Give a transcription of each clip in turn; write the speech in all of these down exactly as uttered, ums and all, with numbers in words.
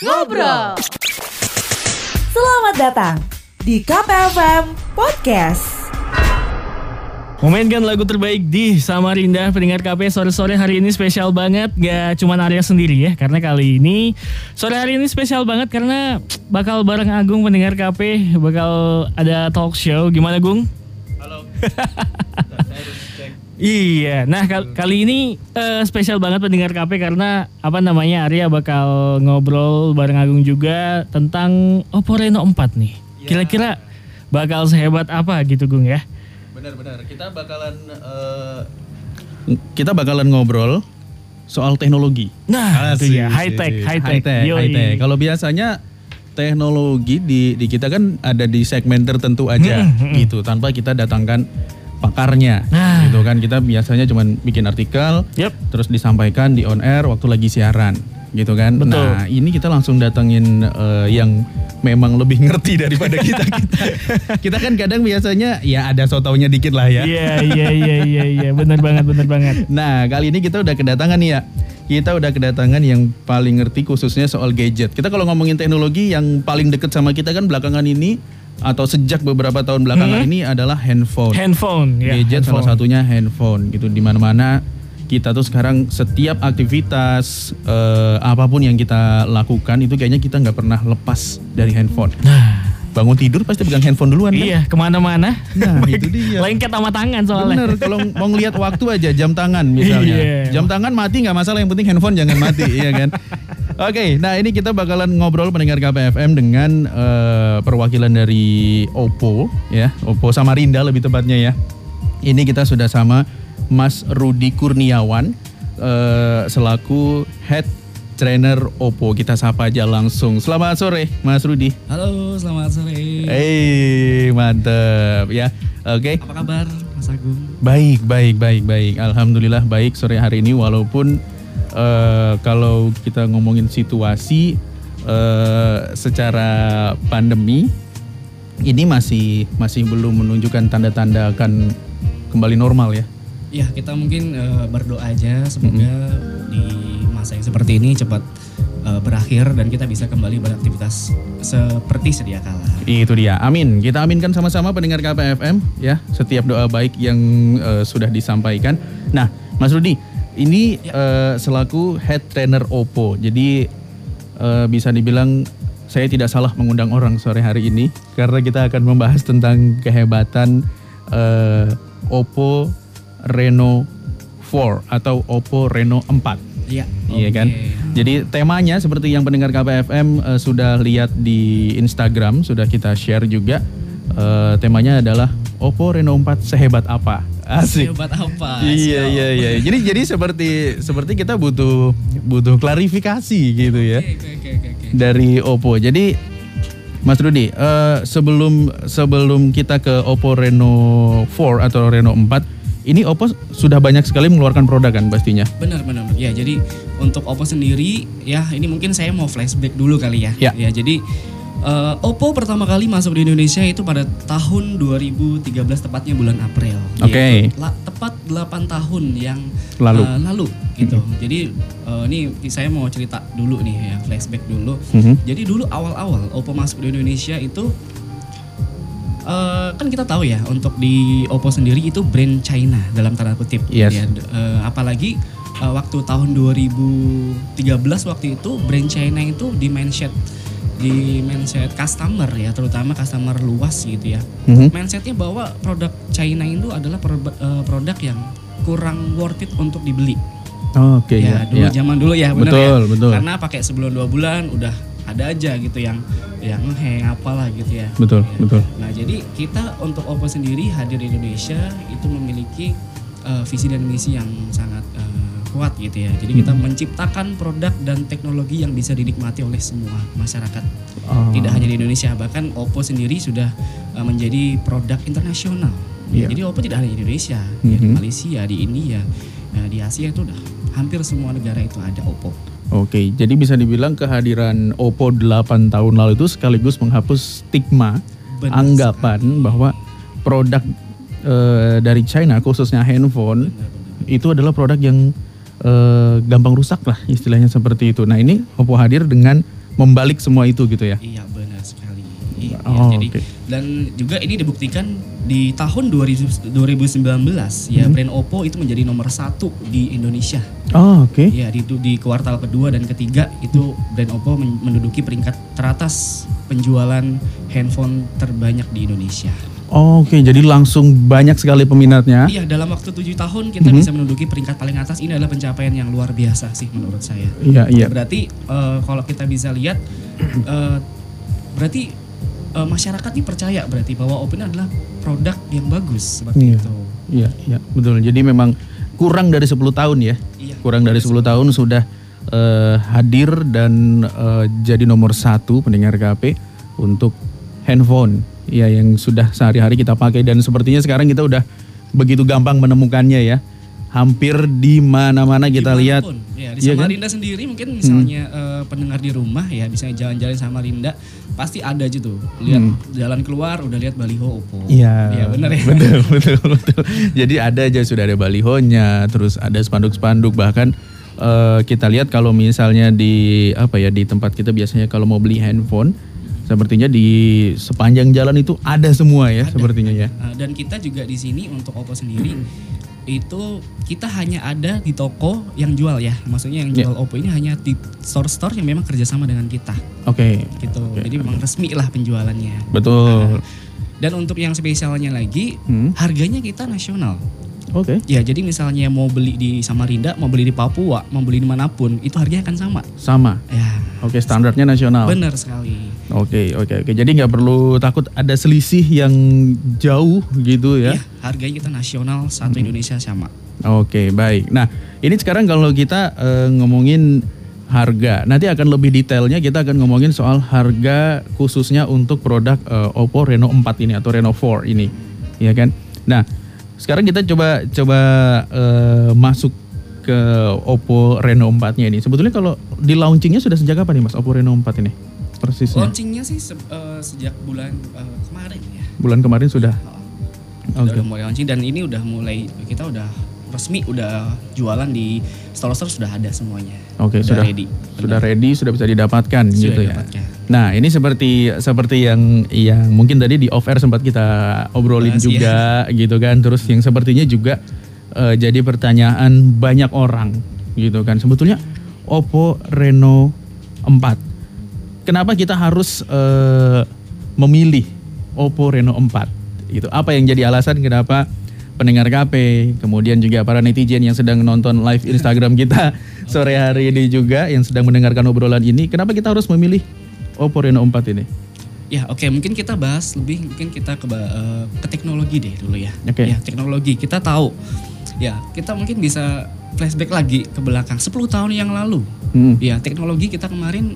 Ngobrol. Selamat datang di K P F M Podcast. Memainkan lagu terbaik di Samarinda. Pendengar K P sore-sore hari ini spesial banget. Gak cuma Arya sendiri ya, karena kali ini sore hari ini spesial banget karena bakal bareng Agung pendengar K P. Bakal ada talk show. Gimana Gung? Halo. Iya, nah kal- kali ini uh, spesial banget pendengar K P karena apa namanya Arya bakal ngobrol bareng Agung juga tentang Oppo Reno empat nih. Ya. Kira-kira bakal sehebat apa gitu Gung ya? Benar-benar kita bakalan uh, kita bakalan ngobrol soal teknologi. Nah, itu ya high tech, high tech. High tech. Kalau biasanya teknologi di di kita kan ada di segmen tertentu aja hmm, hmm. gitu tanpa kita datangkan pakarnya. Nah. Gitu kan kita biasanya cuman bikin artikel Yep. terus disampaikan di on air waktu lagi siaran gitu kan. Betul. Nah, ini kita langsung datengin uh, yang memang lebih ngerti daripada kita kita. Kita kan kadang biasanya ya ada sotaunya dikit lah ya. Iya, iya, iya, iya, iya, benar banget, benar banget. Nah, kali ini kita udah kedatangan nih ya. Kita udah kedatangan yang paling ngerti khususnya soal gadget. Kita kalau ngomongin teknologi yang paling deket sama kita kan belakangan ini atau sejak beberapa tahun belakangan hmm. ini adalah handphone. Handphone, ya. Gadget handphone. salah satunya handphone gitu. Di mana-mana kita tuh sekarang setiap aktivitas eh, apapun yang kita lakukan itu kayaknya kita nggak pernah lepas dari handphone. Nah, bangun tidur pasti pegang handphone duluan kan? iya, kemana-mana. Nah itu dia. Lengket sama tangan soalnya. Bener, kalau mau ngelihat waktu aja jam tangan misalnya. Iya. Jam tangan mati nggak masalah, yang penting handphone jangan mati, iya kan? Oke, nah ini kita bakalan ngobrol pendengar K P F M dengan uh, perwakilan dari Oppo, ya, Oppo Samarinda lebih tepatnya ya. Ini kita sudah sama Mas Rudi Kurniawan uh, selaku Head Trainer Oppo. Kita sapa aja langsung. Selamat sore, Mas Rudi. Halo, selamat sore. Hey, mantep ya. Oke. Apa kabar, Mas Agung? Baik, baik, baik, baik. Alhamdulillah baik sore hari ini walaupun uh, kalau kita ngomongin situasi uh, secara pandemi ini masih masih belum menunjukkan tanda-tanda akan kembali normal ya. Ya, kita mungkin uh, berdoa aja semoga mm-hmm. di masa yang seperti ini cepat uh, berakhir dan kita bisa kembali beraktivitas seperti sedia kala. Itu dia, amin. Kita aminkan sama-sama pendengar K P F M ya, setiap doa baik yang uh, sudah disampaikan. Nah, Mas Rudi, ini ya. uh, selaku Head Trainer Oppo, jadi uh, bisa dibilang saya tidak salah mengundang orang sore hari ini karena kita akan membahas tentang kehebatan uh, Oppo Reno empat atau Oppo Reno empat. Iya. Iya okay. kan? Jadi temanya seperti yang pendengar K P F M uh, sudah lihat di Instagram, sudah kita share juga. Uh, temanya adalah Oppo Reno empat sehebat apa? Asik. Sehebat apa? Iya iya iya. Jadi jadi seperti seperti kita butuh butuh klarifikasi gitu ya. Okay, okay, okay, okay. Dari Oppo. Jadi Mas Rudi, uh, sebelum sebelum kita ke Oppo Reno empat atau Reno empat, ini Oppo sudah banyak sekali mengeluarkan produk kan pastinya? Benar, benar. Ya, jadi untuk Oppo sendiri, ya ini mungkin saya mau flashback dulu kali ya. Ya, ya jadi uh, Oppo pertama kali masuk di Indonesia itu pada tahun dua ribu tiga belas, tepatnya bulan April. Oke. Okay. La- tepat delapan tahun yang lalu, uh, lalu gitu. Mm-hmm. Jadi uh, ini saya mau cerita dulu nih ya, flashback dulu. Mm-hmm. Jadi dulu awal-awal Oppo masuk di Indonesia itu Uh, kan kita tahu ya untuk di Oppo sendiri itu brand China dalam tanda kutip. Yes. Ya, uh, apalagi uh, waktu tahun dua ribu tiga belas waktu itu brand China itu di mindset di mindset customer ya, terutama customer luas gitu ya. Mm-hmm. Mindsetnya bahwa produk China itu adalah pro- uh, produk yang kurang worth it untuk dibeli. Oke okay, ya. ya. Dulu ya. zaman dulu ya benar ya. Betul betul. Karena pakai sebelum dua bulan udah ada aja gitu yang yang hang apalah gitu ya. Betul, ya. betul. Nah, jadi kita untuk Oppo sendiri hadir di Indonesia itu memiliki uh, visi dan misi yang sangat uh, kuat gitu ya. Jadi kita hmm. menciptakan produk dan teknologi yang bisa dinikmati oleh semua masyarakat. Oh. Tidak hanya di Indonesia, bahkan Oppo sendiri sudah uh, menjadi produk internasional. Yeah. Jadi Oppo tidak hanya di Indonesia, mm-hmm. ya, di Malaysia, di India, uh, di Asia itu udah hampir semua negara itu ada Oppo. Oke, jadi bisa dibilang kehadiran Oppo delapan tahun lalu itu sekaligus menghapus stigma Benar anggapan sekali. bahwa produk e, dari China khususnya handphone benar, benar. itu adalah produk yang e, gampang rusak lah istilahnya seperti itu. Nah ini Oppo hadir dengan membalik semua itu gitu ya. Iya benar sekali. Iya, Oh, jadi oke. dan juga ini dibuktikan di tahun dua ribu sembilan belas ya Hmm. brand Oppo itu menjadi nomor satu di Indonesia. Oh, oke. Ya di di kuartal kedua dan ketiga itu brand Oppo men- menduduki peringkat teratas penjualan handphone terbanyak di Indonesia. Oh, oke, jadi langsung banyak sekali peminatnya. Iya dalam waktu tujuh tahun kita Mhm. bisa menduduki peringkat paling atas. Ini adalah pencapaian yang luar biasa sih menurut saya. Iya, iya. Berarti eh, kalau kita bisa lihat eh, berarti eh, masyarakat ini percaya berarti bahwa Oppo ini adalah produk yang bagus seperti Iya. itu. Iya, iya, betul. Jadi memang kurang dari sepuluh tahun ya. Iya. Kurang dari sepuluh tahun sudah eh, hadir dan eh, jadi nomor satu pendengar K P untuk handphone. Ya, yang sudah sehari-hari kita pakai dan sepertinya sekarang kita udah begitu gampang menemukannya ya. Hampir di mana-mana kita lihat. Dimanapun. Ya, di Iya kan? Samarinda sendiri mungkin misalnya eh, pendengar di rumah ya bisa jalan-jalan Samarinda pasti ada aja tuh. Lihat Hmm. jalan keluar udah lihat baliho Oppo. Iya, Iya benar ya. betul, betul, betul. Jadi ada aja sudah ada balihonya, terus ada spanduk-spanduk, bahkan eh, kita lihat kalau misalnya di apa ya di tempat kita biasanya kalau mau beli handphone, sepertinya di sepanjang jalan itu ada semua ya, Ada, sepertinya ya. Nah, dan kita juga di sini untuk Oppo sendiri itu kita hanya ada di toko yang jual ya. Maksudnya yang Ya. jual Oppo ini hanya di store-store yang memang kerjasama dengan kita Oke, gitu. Oke, Jadi memang resmi lah penjualannya. betul. Dan untuk yang spesialnya lagi Hmm. harganya kita nasional. Oke, Ya jadi misalnya mau beli di Samarinda, mau beli di Papua, mau beli dimanapun itu harganya akan sama. sama. Ya Oke, standarnya nasional. benar sekali. Oke, oke, oke. Jadi nggak perlu takut ada selisih yang jauh gitu ya. Ya harganya kita nasional satu Indonesia sama. Oke, baik. Nah, ini sekarang kalau kita eh, ngomongin harga, nanti akan lebih detailnya kita akan ngomongin soal harga khususnya untuk produk eh, Oppo Reno empat ini atau Reno empat ini, ya kan? Nah, sekarang kita coba coba eh, masuk ke Oppo Reno empat-nya ini. Sebetulnya kalau di launchingnya sudah sejak kapan nih Mas Oppo Reno empat ini? Persisnya. Launchingnya sih se- eh, sejak bulan eh, kemarin ya. Bulan kemarin sudah. Udah, Oke. udah mulai launching dan ini udah mulai kita udah resmi udah jualan di store-store sudah ada semuanya. Oke, sudah ready. sudah ready, sudah bisa didapatkan Sudah gitu ya. didapatkan. Nah, ini seperti seperti yang yang mungkin tadi di off air sempat kita obrolin Bahas, juga gitu kan. Terus yang sepertinya juga eh, jadi pertanyaan banyak orang gitu kan. Sebetulnya Oppo Reno empat. Kenapa kita harus eh, memilih Oppo Reno empat? Gitu. Apa yang jadi alasan kenapa pendengar K P, kemudian juga para netizen yang sedang nonton live Instagram kita sore hari ini juga yang sedang mendengarkan obrolan ini, kenapa kita harus memilih Oppo Reno empat ini? Ya oke mungkin kita bahas lebih mungkin kita ke, ba- eh, ke teknologi deh dulu ya. Oke. Ya teknologi kita tahu ya kita mungkin bisa flashback lagi ke belakang sepuluh tahun yang lalu. Hmm. Ya teknologi kita kemarin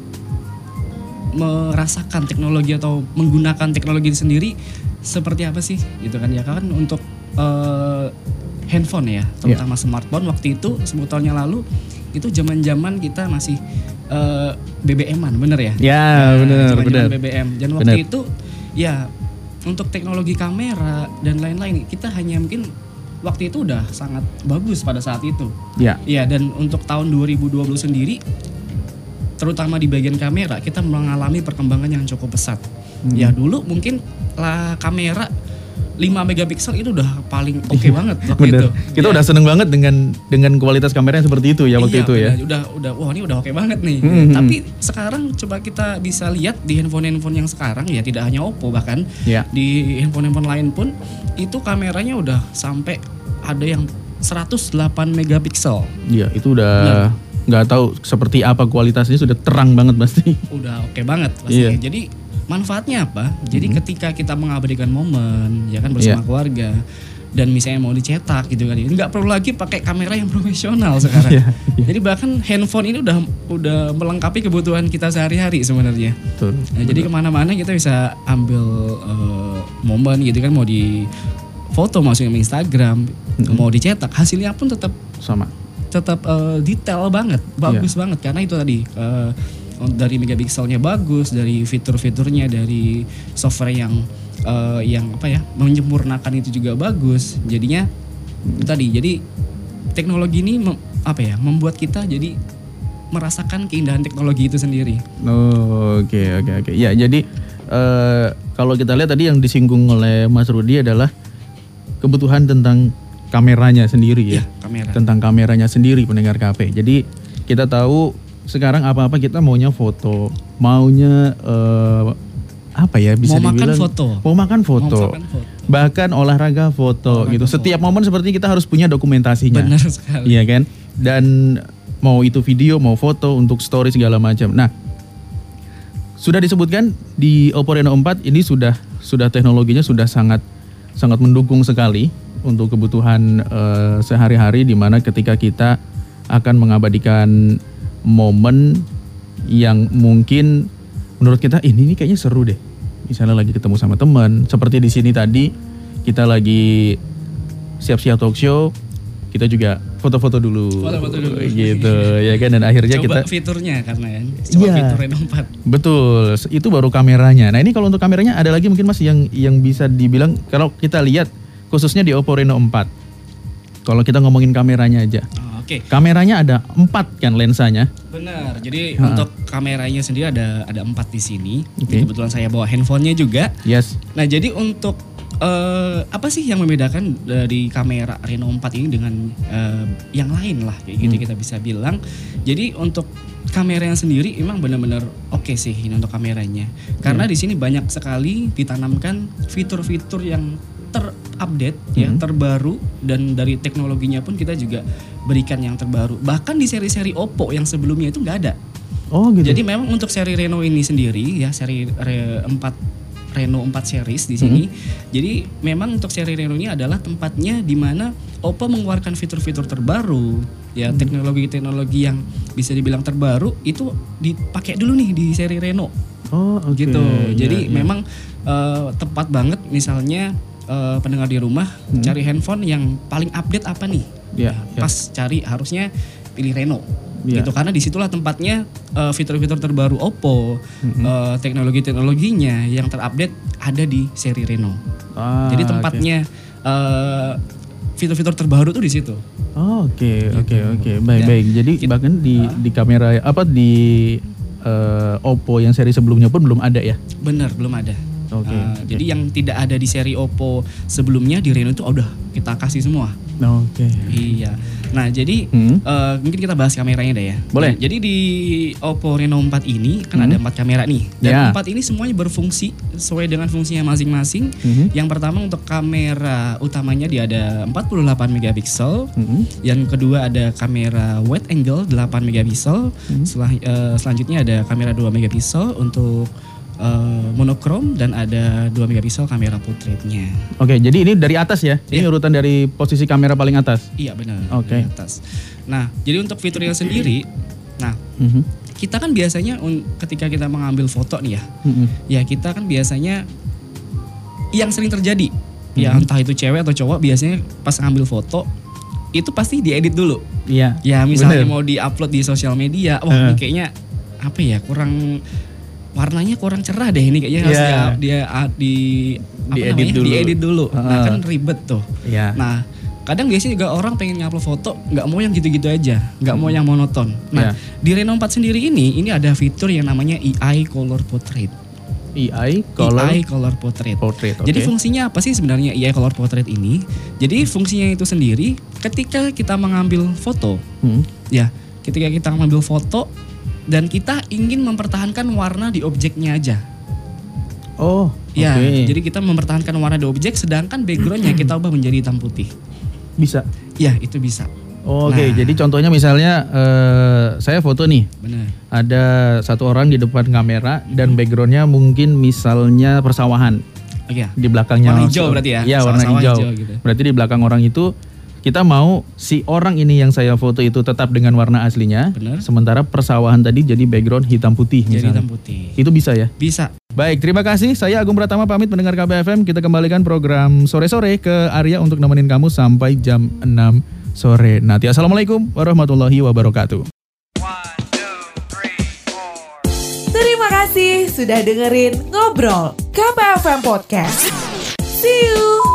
merasakan teknologi atau menggunakan teknologi itu sendiri seperti apa sih gitu kan ya kan untuk eh, handphone ya terutama smartphone waktu itu sepuluh tahun yang lalu itu zaman-zaman kita masih eh, B B M-an bener ya? Ya, Nah, bener, zaman-zaman bener. B B M dan waktu Bener. itu ya untuk teknologi kamera dan lain-lain kita hanya mungkin waktu itu udah sangat bagus pada saat itu. Ya. Ya dan untuk tahun dua ribu dua puluh sendiri terutama di bagian kamera kita mengalami perkembangan yang cukup pesat. Hmm. Ya dulu mungkin lah kamera lima megapiksel itu udah paling oke banget waktu Bener. itu. Kita Ya. udah seneng banget dengan dengan kualitas kamera yang seperti itu ya waktu Iya, itu ya. bener. Udah udah wah ini udah oke banget nih. Hmm. Tapi sekarang coba kita bisa lihat di handphone-handphone yang sekarang ya tidak hanya Oppo bahkan Ya. di handphone-handphone lain pun itu kameranya udah sampai ada yang seratus delapan megapiksel. Iya, itu udah nggak tahu seperti apa kualitasnya, sudah terang banget pasti. Udah oke banget pastinya. Iya. Jadi manfaatnya apa? Jadi ketika kita mengabadikan momen ya kan bersama Iya. keluarga dan misalnya mau dicetak gitu kan, nggak perlu lagi pakai kamera yang profesional sekarang. Iya, iya. Jadi bahkan handphone ini udah udah melengkapi kebutuhan kita sehari-hari sebenarnya. Betul. Nah, jadi kemana-mana kita bisa ambil eh, momen gitu kan, mau di foto masukin ke Instagram, mau dicetak, hasilnya pun tetap Sama. tetap eh, detail banget, bagus banget karena itu tadi eh, dari megapikselnya bagus, dari fitur-fiturnya, dari software yang eh, yang apa ya menyempurnakan itu juga bagus. Jadinya itu tadi, jadi teknologi ini mem- apa ya membuat kita jadi merasakan keindahan teknologi itu sendiri. Oh, oke okay, oke okay, oke. Okay. Ya, jadi uh, kalau kita lihat tadi yang disinggung oleh Mas Rudi adalah kebutuhan tentang kameranya sendiri ya. Ya, kamera. Tentang kameranya sendiri pendengar K P. Jadi kita tahu sekarang apa-apa kita maunya foto, maunya uh, apa ya bisa mau dibilang makan foto. mau makan foto. Mau makan foto. Bahkan olahraga foto olahraga gitu. Setiap foto. momen seperti kita harus punya dokumentasinya. Benar sekali. Iya kan? Dan mau itu video, mau foto untuk story segala macam. Nah, sudah disebutkan di Oppo Reno empat ini sudah sudah teknologinya sudah sangat sangat mendukung sekali untuk kebutuhan uh, sehari-hari, di mana ketika kita akan mengabadikan momen yang mungkin menurut kita ini nih kayaknya seru deh. Misalnya lagi ketemu sama teman, seperti di sini tadi kita lagi siap-siap talk show, kita juga foto-foto dulu. Foto-foto dulu. Gitu ya kan, dan akhirnya coba kita fiturnya karena ya. Coba ya, fitur Reno empat. Betul, itu baru kameranya. Nah, ini kalau untuk kameranya ada lagi mungkin Mas yang yang bisa dibilang kalau kita lihat khususnya di Oppo Reno empat. Kalau kita ngomongin kameranya aja. Oh, Oke. Okay. Kameranya ada empat kan lensanya. Benar. Jadi Ha. untuk kameranya sendiri ada ada empat di sini. Oke. Kebetulan saya bawa handphonenya juga. Yes. Nah, jadi untuk uh, apa sih yang membedakan dari kamera Reno empat ini dengan uh, yang lain lah kayak gitu Hmm. kita bisa bilang. Jadi untuk kameranya sendiri emang benar-benar oke okay sih ini untuk kameranya. Karena Hmm. di sini banyak sekali ditanamkan fitur-fitur yang terupdate ya, Hmm. terbaru, dan dari teknologinya pun kita juga berikan yang terbaru. Bahkan di seri-seri Oppo yang sebelumnya itu nggak ada. Oh gitu. Jadi memang untuk seri Reno ini sendiri ya, seri Re empat Reno empat series di sini. Hmm. Jadi memang untuk seri Reno ini adalah tempatnya di mana Oppo mengeluarkan fitur-fitur terbaru, ya, Hmm. teknologi-teknologi yang bisa dibilang terbaru itu dipakai dulu nih di seri Reno. Oh, oke. Gitu. Jadi Iya, iya. memang uh, tepat banget misalnya uh, pendengar di rumah Hmm. cari handphone yang paling update apa nih? Iya, Nah, iya. Pas cari harusnya pilih Reno. Iya. Gitu, karena disitulah tempatnya uh, fitur-fitur terbaru Oppo, Mhm. uh, teknologi-teknologinya yang terupdate ada di seri Reno. Ah, Jadi oke. tempatnya uh, fitur-fitur terbaru tuh di situ. Oh, oke, oke, Gitu. oke. Baik, Dan baik. Jadi kita- bahkan di Ah. di kamera apa di eh, Oppo yang seri sebelumnya pun belum ada ya. Benar, belum ada. Oke, Uh, oke. Jadi yang tidak ada di seri Oppo sebelumnya di Reno itu udah kita kasih semua. Oke. Iya. Nah, jadi Hmm. eh, mungkin kita bahas kameranya deh ya. Boleh. Nah, jadi di Oppo Reno empat ini kan Hmm. ada empat kamera nih. Dan Ya. empat ini semuanya berfungsi sesuai dengan fungsinya masing-masing. Mhm. Yang pertama untuk kamera utamanya dia ada empat puluh delapan megapiksel. Mhm. Yang kedua ada kamera wide angle delapan megapiksel. Hmm. Setelah eh, selanjutnya ada kamera dua megapiksel untuk eh, monokrom, dan ada dua megapiksel kamera portraitnya. Oke, jadi ini dari atas ya. Ini Iya. urutan dari posisi kamera paling atas. Iya benar. Oke. Di atas. Nah, jadi untuk fiturnya sendiri, nah Mhm. kita kan biasanya un- ketika kita mengambil foto nih ya, Mhm. ya kita kan biasanya yang sering terjadi, ya Mhm. entah itu cewek atau cowok, biasanya pas ngambil foto itu pasti diedit dulu. Iya. Ya misalnya Bener. mau diupload di sosial media, wah ini Heeh. kayaknya apa ya, kurang warnanya kurang cerah deh ini kayaknya, harus Iya. dia, dia ah, di apa Diedit namanya dulu. diedit dulu. Nah Heeh. kan ribet tuh. Iya. Nah, kadang biasanya juga orang pengen ngupload foto, nggak mau yang gitu-gitu aja, nggak mau yang monoton. Nah, Ya. di Reno empat sendiri ini, ini ada fitur yang namanya A I Color Portrait. A I color A I Color Portrait. portrait. Oke. Jadi fungsinya apa sih sebenarnya A I Color Portrait ini? Jadi fungsinya itu sendiri, ketika kita mengambil foto, Hmm. ya, ketika kita mengambil foto dan kita ingin mempertahankan warna di objeknya aja. Oh, Ya, oke. jadi kita mempertahankan warna di objek, sedangkan backgroundnya kita ubah menjadi hitam putih. bisa. Ya, itu bisa. Oh, Oke, Nah. jadi contohnya misalnya eh, saya foto nih. Benar. Ada satu orang di depan kamera dan backgroundnya mungkin misalnya persawahan. Oh, iya. Di belakangnya Warna hijau berarti ya? Iya, warna Sawah-sawah hijau. hijau gitu. Berarti di belakang orang itu kita mau si orang ini yang saya foto itu tetap dengan warna aslinya. Benar. Sementara persawahan tadi jadi background hitam putih Jadi misalnya. hitam putih. Itu bisa ya? Bisa. Baik, terima kasih. Saya Agung Pratama pamit mendengar K B F M. Kita kembalikan program sore-sore ke Arya untuk nemenin kamu sampai jam enam sore. Nanti assalamualaikum warahmatullahi wabarakatuh. Terima kasih sudah dengerin Ngobrol K P F M Podcast. See you.